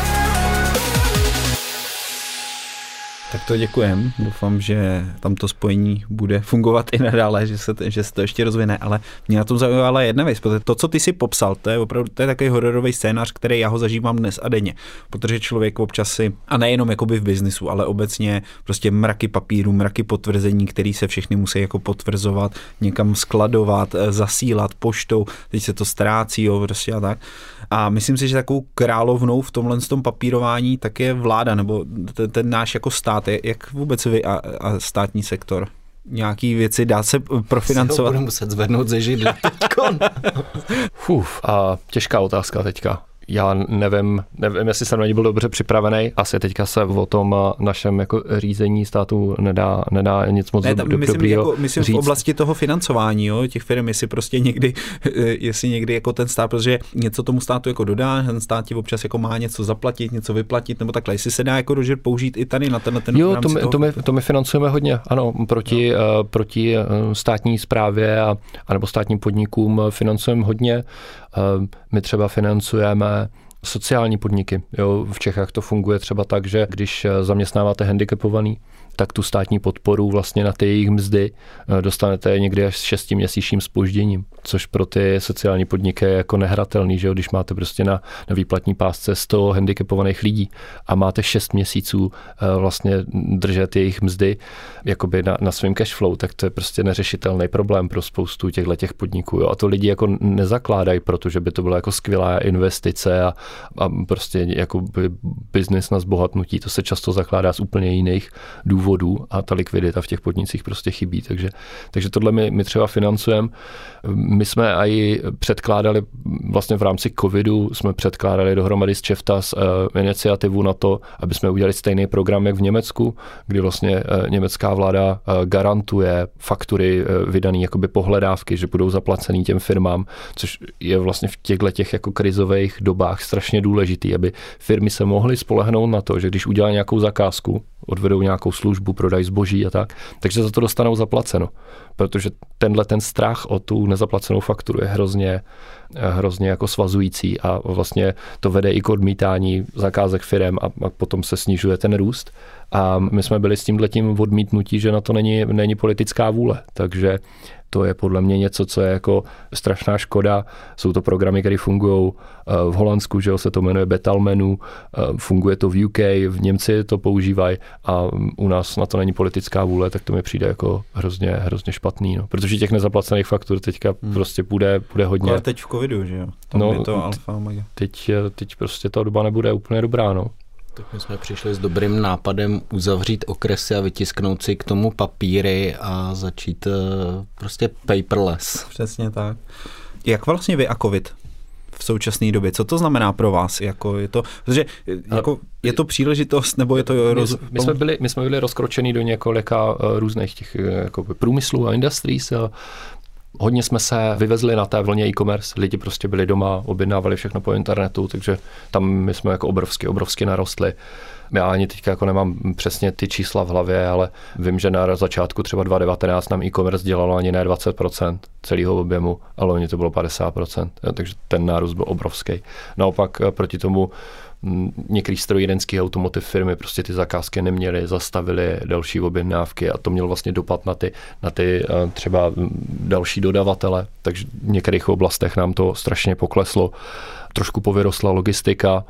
Tak to děkujem. Doufám, že tam to spojení bude fungovat i nadále, že se to ještě rozvine, ale mě na tom zaujala jedna věc, protože to, co ty si popsal, to je opravdu takový hororový scénář, který já ho zažívám dnes a denně, protože člověk občas si, a nejenom jakoby v biznisu, ale obecně prostě mraky papíru, mraky potvrzení, který se všechny musí jako potvrzovat, někam skladovat, zasílat poštou, teď se to ztrácí, jo, prostě a tak. A myslím si, že takovou královnou v tomhle tom papírování tak je vláda, nebo ten náš jako stát. Jak vůbec vy a státní sektor? Nějaký věci dá se profinancovat? Budeme muset zvednout ze židle. A těžká otázka teďka. Já nevím, jestli jsem na ní byl dobře připravený. Asi teďka se o tom našem jako řízení státu nedá nic moc dobrýho myslím v oblasti toho financování, jo, těch firm, jestli někdy jako ten stát, protože něco tomu státu jako dodá, ten stát ti občas jako má něco zaplatit, něco vyplatit, nebo takhle. Jestli se dá jako použít i tady na ten jo, to my financujeme hodně, ano, proti státní správě a nebo státním podnikům financujeme hodně. My třeba financujeme sociální podniky. Jo, v Čechách to funguje třeba tak, že když zaměstnáváte handicapovaný, tak tu státní podporu vlastně na ty jejich mzdy dostanete někdy až s 6měsíčním zpožděním, což pro ty sociální podniky je jako nehratelný, že jo, když máte prostě na výplatní pásce 100 handicapovaných lidí a máte 6 měsíců vlastně držet jejich mzdy jakoby na svém cash flow, tak to je prostě neřešitelný problém pro spoustu těch podniků. Jo. A to lidi jako nezakládají, protože by to byla jako skvělá investice a prostě jako biznis na zbohatnutí. To se často zakládá z úplně jiných důvodů a ta likvidita v těch podnicích prostě chybí. Takže tohle my třeba financujeme. My jsme i předkládali, vlastně v rámci covidu jsme předkládali dohromady s Čeftas iniciativu na to, aby jsme udělali stejný program jak v Německu, kdy vlastně německá vláda garantuje faktury vydané jakoby pohledávky, že budou zaplacený těm firmám, což je vlastně v těchto jako krizových dobách strašně důležitý, aby firmy se mohly spolehnout na to, že když udělají nějakou zakázku, odvedou nějakou službu, prodají zboží a tak, takže za to dostanou zaplaceno. Protože ten strach o tu nezaplacenou fakturu je hrozně jako svazující a vlastně to vede i k odmítání zakázek firem a potom se snižuje ten růst. A my jsme byli s tímhletím odmítnutí, že na to není politická vůle. Takže to je podle mě něco, co je jako strašná škoda. Jsou to programy, které fungují v Holandsku, že se to jmenuje Betalmenu, funguje to v UK, v Němci to používají a u nás na to není politická vůle, tak to mi přijde jako hrozně špatný. No. Protože těch nezaplacených faktur teďka prostě bude hodně. Ale teď v covidu, že jo? Tam je to alfa omega. Teď prostě ta doba nebude úplně dobrá, no. Tak my jsme přišli s dobrým nápadem uzavřít okresy a vytisknout si k tomu papíry a začít prostě paperless. Přesně tak. Jak vlastně vy a covid v současné době? Co to znamená pro vás? Je to příležitost, nebo je to... My jsme byli rozkročeni do několika různých těch jako průmyslů a industries. Hodně jsme se vyvezli na té vlně e-commerce, lidi prostě byli doma, objednávali všechno po internetu, takže tam my jsme jako obrovsky narostli. Já ani teďka jako nemám přesně ty čísla v hlavě, ale vím, že na začátku třeba 2019 nám e-commerce dělalo ani ne 20% celého objemu, ale oni to bylo 50%, takže ten nárůst byl obrovský. Naopak proti tomu některé strojírenské automotive firmy prostě ty zakázky neměly, zastavily další objednávky a to mělo vlastně dopad na ty třeba další dodavatele, takže v některých oblastech nám to strašně pokleslo. Trošku povyrostla logistika.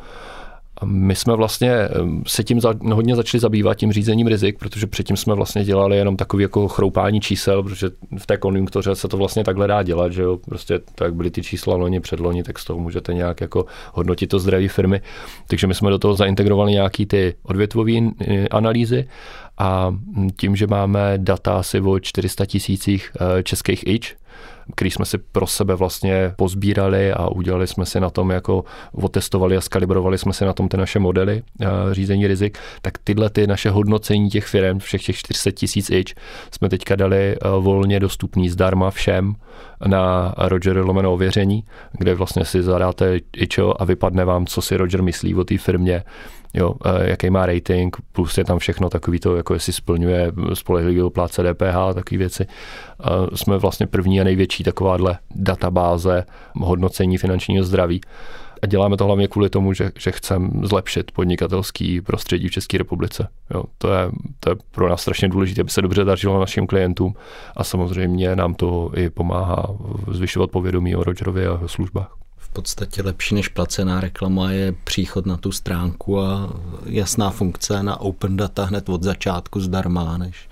My jsme vlastně se tím hodně začali zabývat, tím řízením rizik, protože předtím jsme vlastně dělali jenom takový jako chroupání čísel, protože v té konjunktuře se to vlastně takhle dá dělat, že jo, prostě tak byly ty čísla loni, předloni, tak z toho můžete nějak jako hodnotit to zdraví firmy. Takže my jsme do toho zaintegrovali nějaký ty odvětvové analýzy a tím, že máme data asi o 400 000 českých ič, který jsme si pro sebe vlastně pozbírali a udělali jsme si na tom, jako otestovali a skalibrovali jsme si na tom ty naše modely řízení rizik, tak tyhle ty naše hodnocení těch firm, všech těch 400 000 ič, jsme teďka dali volně dostupný zdarma všem na Roger ověření, kde vlastně si zadáte ičo a vypadne vám, co si Roger myslí o té firmě, jo, jaký má rating, plus je tam všechno takový to, jako jestli splňuje spolehlivého plátce DPH a takové věci. Jsme vlastně první a největší takováhle databáze hodnocení finančního zdraví. A děláme to hlavně kvůli tomu, že chceme zlepšit podnikatelský prostředí v České republice. Jo, to je pro nás strašně důležité, aby se dobře dařilo našim klientům a samozřejmě nám to i pomáhá zvyšovat povědomí o Rogerovi a jeho službách. V podstatě lepší než placená reklama je příchod na tu stránku a jasná funkce na Open Data hned od začátku zdarma, než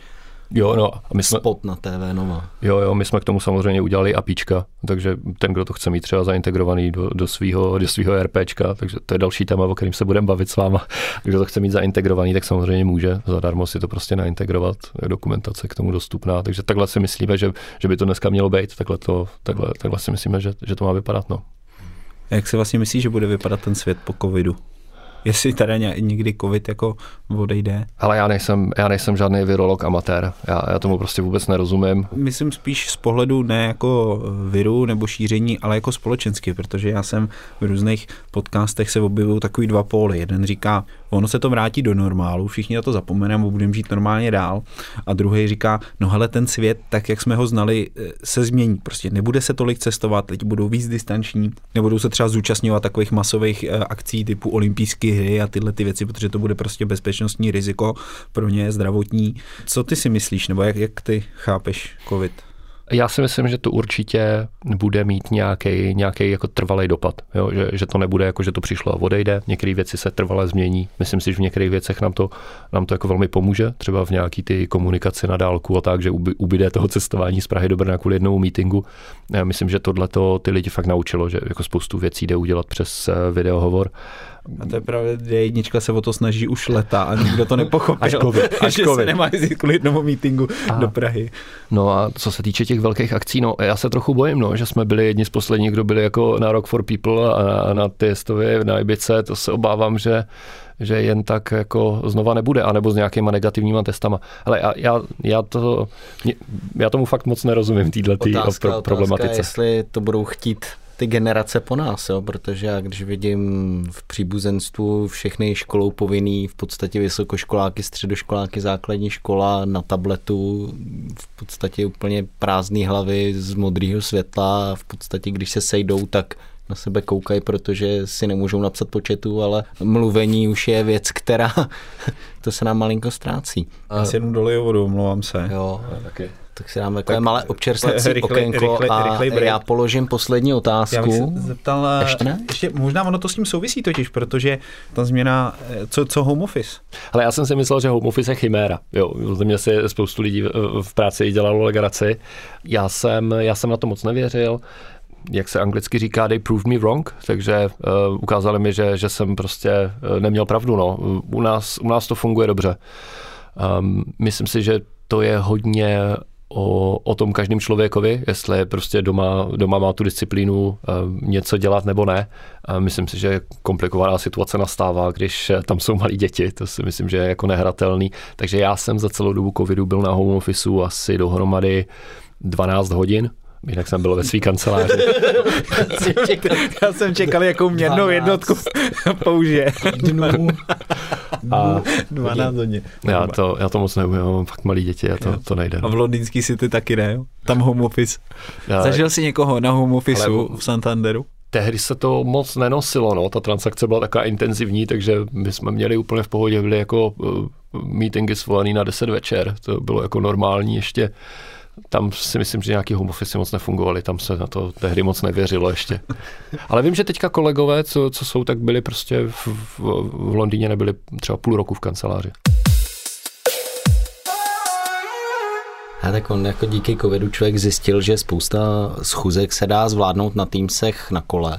a my jsme, spot na TV Nova. Jo, my jsme k tomu samozřejmě udělali APIčka, takže ten, kdo to chce mít třeba zaintegrovaný do svého RPčka, takže to je další téma, o kterém se budeme bavit s váma. Kdo to chce mít zaintegrovaný, tak samozřejmě může zadarmo si to prostě naintegrovat, dokumentace k tomu dostupná, takže takhle si myslíme, že by to dneska mělo být, takhle si myslíme, že to má vypadat, no. Jak si vlastně myslíš, že bude vypadat ten svět po covidu? Jestli tady někdy covid jako odejde? Ale já nejsem žádný virolog amatér. Já tomu prostě vůbec nerozumím. Myslím spíš z pohledu ne jako viru nebo šíření, ale jako společensky, protože já jsem v různých podcastech se objevují takový dva póly. Jeden říká, ono se to vrátí do normálu, všichni na to zapomeneme a budeme žít normálně dál. A druhý říká, no hele, ten svět, tak jak jsme ho znali, se změní. Prostě nebude se tolik cestovat, lidi budou víc distanční, nebudou se třeba zúčastňovat takových masových akcí typu olympijské hry a tyhle ty věci, protože to bude prostě bezpečnostní riziko pro ně, zdravotní. Co ty si myslíš, nebo jak ty chápeš covid? Já si myslím, že to určitě bude mít nějaký jako trvalý dopad. Jo? Že to nebude jako, že to přišlo a odejde. Některé věci se trvale změní. Myslím si, že v některých věcech nám to jako velmi pomůže. Třeba v nějaký ty komunikaci na dálku a tak, že ubyde toho cestování z Prahy do Brna kvůli jednomu meetingu. Já myslím, že tohleto ty lidi fakt naučilo, že jako spoustu věcí jde udělat přes videohovor. A to je právě, D1 se o to snaží už leta a nikdo to nepochopil. Až COVID. Se nemá jezdit kvůli jednomu meetingu do Prahy. No a co se týče těch velkých akcí, no já se trochu bojím, že jsme byli jedni z posledních, kdo byli jako na Rock for People a na Testově, na Ibice, to se obávám, že jen tak jako znova nebude, anebo s nějakýma negativníma testama. Ale já tomu fakt moc nerozumím, týhletý problematice. Otázka, jestli to budou chtít ty generace po nás, jo? Protože já když vidím v příbuzenstvu všechny školou povinný, v podstatě vysokoškoláky, středoškoláky, základní škola na tabletu, v podstatě úplně prázdný hlavy z modrého světla a v podstatě když se sejdou, tak na sebe koukají, protože si nemůžou napsat po chatu, ale mluvení už je věc, která to se nám malinko ztrácí. Já si jenom doliju vodu, omlouvám se. Jo, taky. Tak si dáme takové malé občerstvací okénko a já položím poslední otázku. Já bych se zeptal, ještě možná ono to s tím souvisí totiž, protože ta změna, co home office? Ale já jsem si myslel, že home office je chiméra. Jo, ze mě si spoustu lidí v práci dělalo legraci. Já jsem na to moc nevěřil. Jak se anglicky říká, they proved me wrong, takže ukázali mi, že jsem prostě neměl pravdu. No. U nás to funguje dobře. Myslím si, že to je hodně o tom každém člověkovi, jestli prostě doma má tu disciplínu něco dělat nebo ne. Myslím si, že komplikovaná situace nastává, když tam jsou malí děti, to si myslím, že je jako nehratelný. Takže já jsem za celou dobu covidu byl na home officeu asi dohromady 12 hodin. Jinak jsem byl ve svý kanceláři. Já jsem čekal, jakou měrnou jednotku použije. 12 hodin. Já to moc neumím, mám fakt malý děti a to nejde. A v londýnský City taky ne? Tam home office. Zažil jsi někoho na home officeu v Santanderu? Tehdy se to moc nenosilo, no. Ta transakce byla taková intenzivní, takže my jsme měli úplně v pohodě, byly jako meetingy svolaný na 10 večer. To bylo jako normální ještě. Tam si myslím, že nějaký home office moc nefungovaly, tam se na to tehdy moc nevěřilo ještě. Ale vím, že teďka kolegové, co jsou, tak byli prostě v Londýně, nebyli třeba půl roku v kanceláři. A tak on jako díky covidu člověk zjistil, že spousta schůzek se dá zvládnout na Teamsech na kole.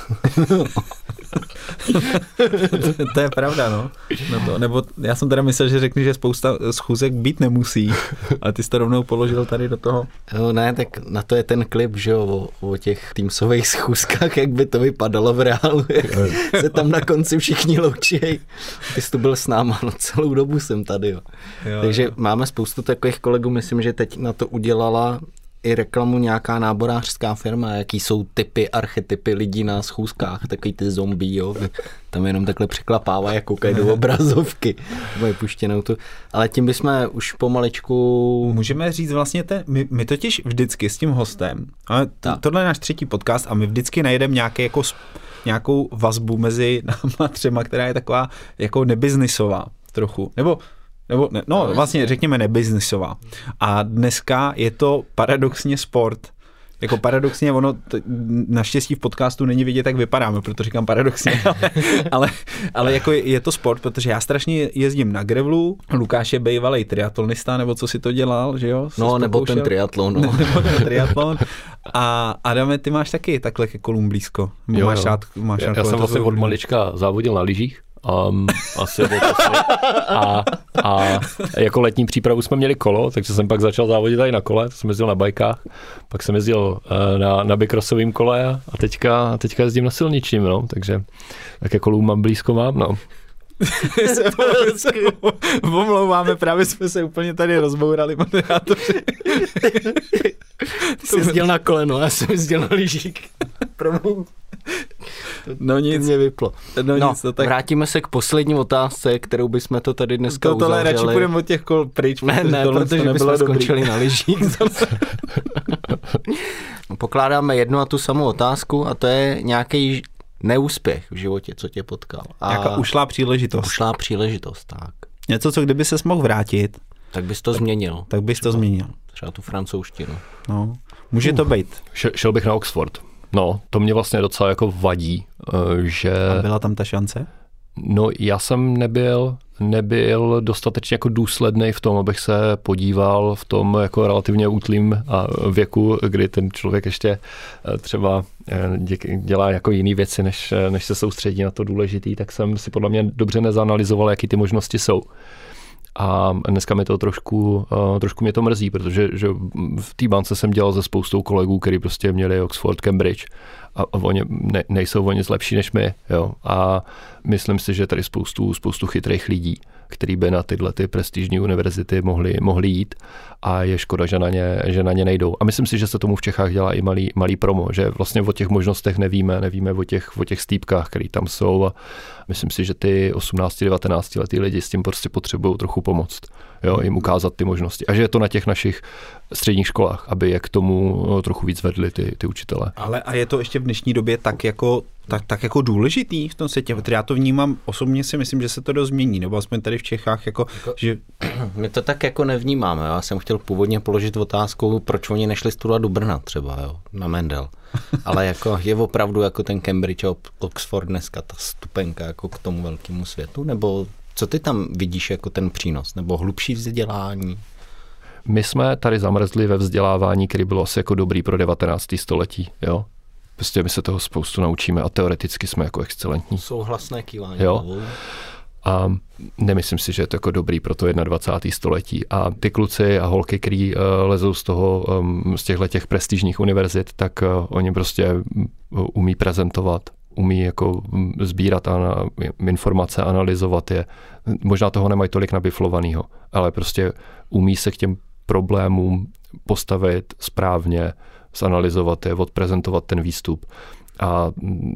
To je pravda, no. Nebo já jsem teda myslel, že řekni, že spousta schůzek být nemusí, ale ty jsi to rovnou položil tady do toho. Jo, ne, tak na to je ten klip, že jo, o těch Teamsových schůzkách, jak by to vypadalo v reálu, jak se tam na konci všichni loučí. Ty jsi tu byl s náma, no celou dobu jsem tady, jo. Takže máme spoustu takových kolegů, myslím, že teď na to udělala i reklamu nějaká náborářská firma, jaký jsou typy, archetypy lidí na schůzkách, takový ty zombie, jo. Tam jenom takhle překlapávají a koukají do obrazovky. Mají puštěnou tu. Ale tím bychom už pomaličku... Můžeme říct vlastně, my totiž vždycky s tím hostem, ale tohle je náš 3. podcast a my vždycky najdeme nějakou vazbu mezi náma 3, která je taková jako nebiznisová trochu. Nebo ne, vlastně řekněme nebiznisová. A dneska je to paradoxně sport. Jako paradoxně, ono naštěstí v podcastu není vidět, jak vypadáme, proto říkám paradoxně, ale jako je to sport, protože já strašně jezdím na grevlu, Lukáš je bývalej triatlonista, nebo co si to dělal, že jo? No, nebo ten triatlon. No. Nebo ten triatlon. A Adame, ty máš taky takhle ke kolům blízko. Jo. Já jsem vlastně od malička závodil na lyžích. Asi a jako letní přípravu jsme měli kolo, takže jsem pak začal závodit tady na kole, to jsem jezdil na bajkách, pak jsem jezdil na bikrossovým kole a teďka jezdím na silničním, no, takže také kolů mám blízko no. se omlouváme, právě jsme se úplně tady rozbourali, moderátoři. Ty jsi jezdil na koleno, já jsem jezdil na lyžík. No nic. Mě vyplo. No nic, tak... Vrátíme se k poslední otázce, kterou bychom to tady dneska uzavřeli. Tohle radši půjdeme od těch kol pryč. Ne, protože bychom skončili na lyžích zase. Pokládáme jednu a tu samou otázku a to je nějaký neúspěch v životě, co tě potkal. Nějaká ušlá příležitost. Ušlá příležitost, tak. Něco, co kdyby ses mohl vrátit. Tak bys to změnil. Tak bys to změnil. Třeba tu francouzštinu. No, může to být. Šel bych na Oxford. No, to mě vlastně docela jako vadí, že... A byla tam ta šance? No, já jsem nebyl dostatečně jako důsledný v tom, abych se podíval v tom jako relativně útlým věku, kdy ten člověk ještě třeba dělá jako jiné věci, než se soustředí na to důležitý, tak jsem si podle mě dobře nezanalyzoval, jaký ty možnosti jsou. A dneska mi to trošku mě to mrzí, protože že v té bance jsem dělal se spoustou kolegů, kteří prostě měli Oxford, Cambridge a oni nejsou o nic lepší než my. Jo. A myslím si, že tady spoustu chytrých lidí, který by na tyhle ty prestižní univerzity mohli jít a je škoda, že na ně nejdou. A myslím si, že se tomu v Čechách dělá i malý promo, že vlastně o těch možnostech nevíme o těch stýpkách, které tam jsou a myslím si, že ty 18-19 letý lidi s tím prostě potřebují trochu pomoct. Jo, jim ukázat ty možnosti. A že je to na těch našich středních školách, aby je k tomu trochu víc vedli ty učitelé. Ale a je to ještě v dnešní době tak jako důležitý v tom světě? Já to vnímám, osobně si myslím, že se to dost změní, nebo aspoň tady v Čechách, že... My to tak jako nevnímáme. Já jsem chtěl původně položit otázku, proč oni nešli studovat do Brna třeba, jo, na Mendel. Ale jako je opravdu jako ten Cambridge a Oxford dneska ta stupenka jako k tomu velkému světu, nebo co ty tam vidíš jako ten přínos, nebo hlubší vzdělání? My jsme tady zamrzli ve vzdělávání, který bylo asi jako dobrý pro 19. století, jo. Prostě my se toho spoustu naučíme a teoreticky jsme jako excelentní. Souhlasné kývání. Jo. A nemyslím si, že je to jako dobrý pro to 21. století. A ty kluci a holky, který lezou z těch prestižních univerzit, tak oni prostě umí prezentovat, umí jako sbírat informace, analyzovat je. Možná toho nemají tolik nabiflovanýho, ale prostě umí se k těm problémům postavit správně, zanalyzovat je, odprezentovat ten výstup a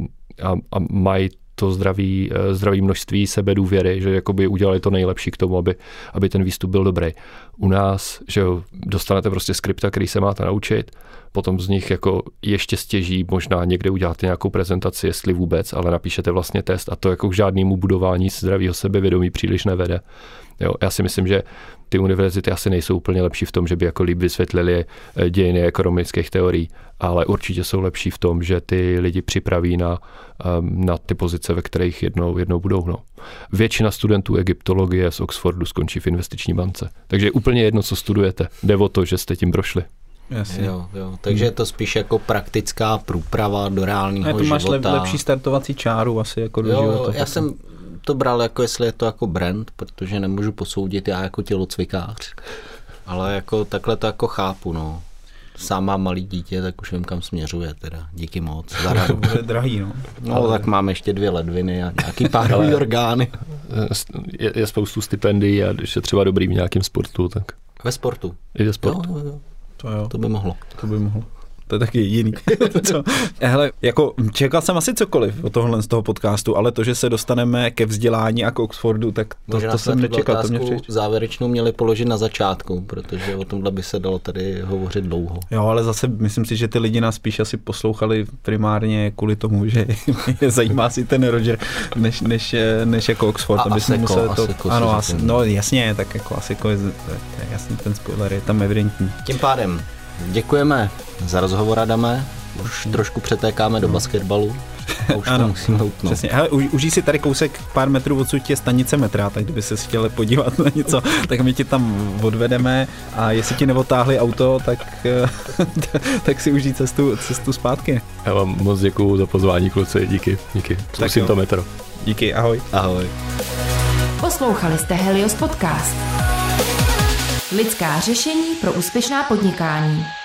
mají to zdraví množství sebedůvěry, že jakoby udělali to nejlepší k tomu, aby ten výstup byl dobrý. U nás, že dostanete prostě skripta, který se máte naučit, potom z nich jako ještě stěží, možná někde uděláte nějakou prezentaci, jestli vůbec, ale napíšete vlastně test a to jako k žádnému budování zdravého sebevědomí příliš nevede. Jo, já si myslím, že ty univerzity asi nejsou úplně lepší v tom, že by jako líp vysvětlili dějiny ekonomických teorií, ale určitě jsou lepší v tom, že ty lidi připraví na ty pozice, ve kterých jednou budou. No. Většina studentů egyptologie z Oxfordu skončí v investiční bance. Takže je úplně jedno, co studujete. Jde o to, že jste tím prošli. Jasně. Jo. Takže je to spíš jako praktická průprava do reálného života. To máš lepší startovací čáru asi jako do života. Já jsem to bral jako, jestli je to jako brand, protože nemůžu posoudit já jako tělocvikář. Ale jako takhle to jako chápu, no. Sám mám malý dítě, tak už vím, kam směřuje teda. Díky moc. To bude drahý, no. No, tak mám ještě 2 ledviny a nějaký párový orgány. Je spoustu stipendií a když je třeba dobrý v nějakém sportu, tak... Ve sportu? I ve sportu. Jo. To by mohlo. To je taky jiný. Hele, jako čekal jsem asi cokoliv od tohohle z toho podcastu, ale to, že se dostaneme ke vzdělání a k Oxfordu, tak to jsem nečekal. Závěrečnou měli položit na začátku, protože o tomhle by se dalo tady hovořit dlouho. Jo, ale zase myslím si, že ty lidi nás spíš asi poslouchali primárně kvůli tomu, že je zajímá si ten Roger, než jako Oxford. A Asiko. Ano, no jasně, tak jako Asiko je jasný, ten spoiler je tam evidentní. Tím pádem děkujeme za rozhovor, Adame. Už trošku přetékáme do basketbalu a už to musíme utnout. Přesně. Hele, užij si tady kousek pár metrů odsud je stanice metra, tak kdyby se chtěl podívat na něco, tak my ti tam odvedeme a jestli ti neodtáhli auto, tak si užij cestu zpátky. Já vám moc děkuju za pozvání, kluci, díky. Zkusím to metro. Díky, ahoj. Ahoj. Poslouchali jste Helios Podcast. Lidská řešení pro úspěšná podnikání.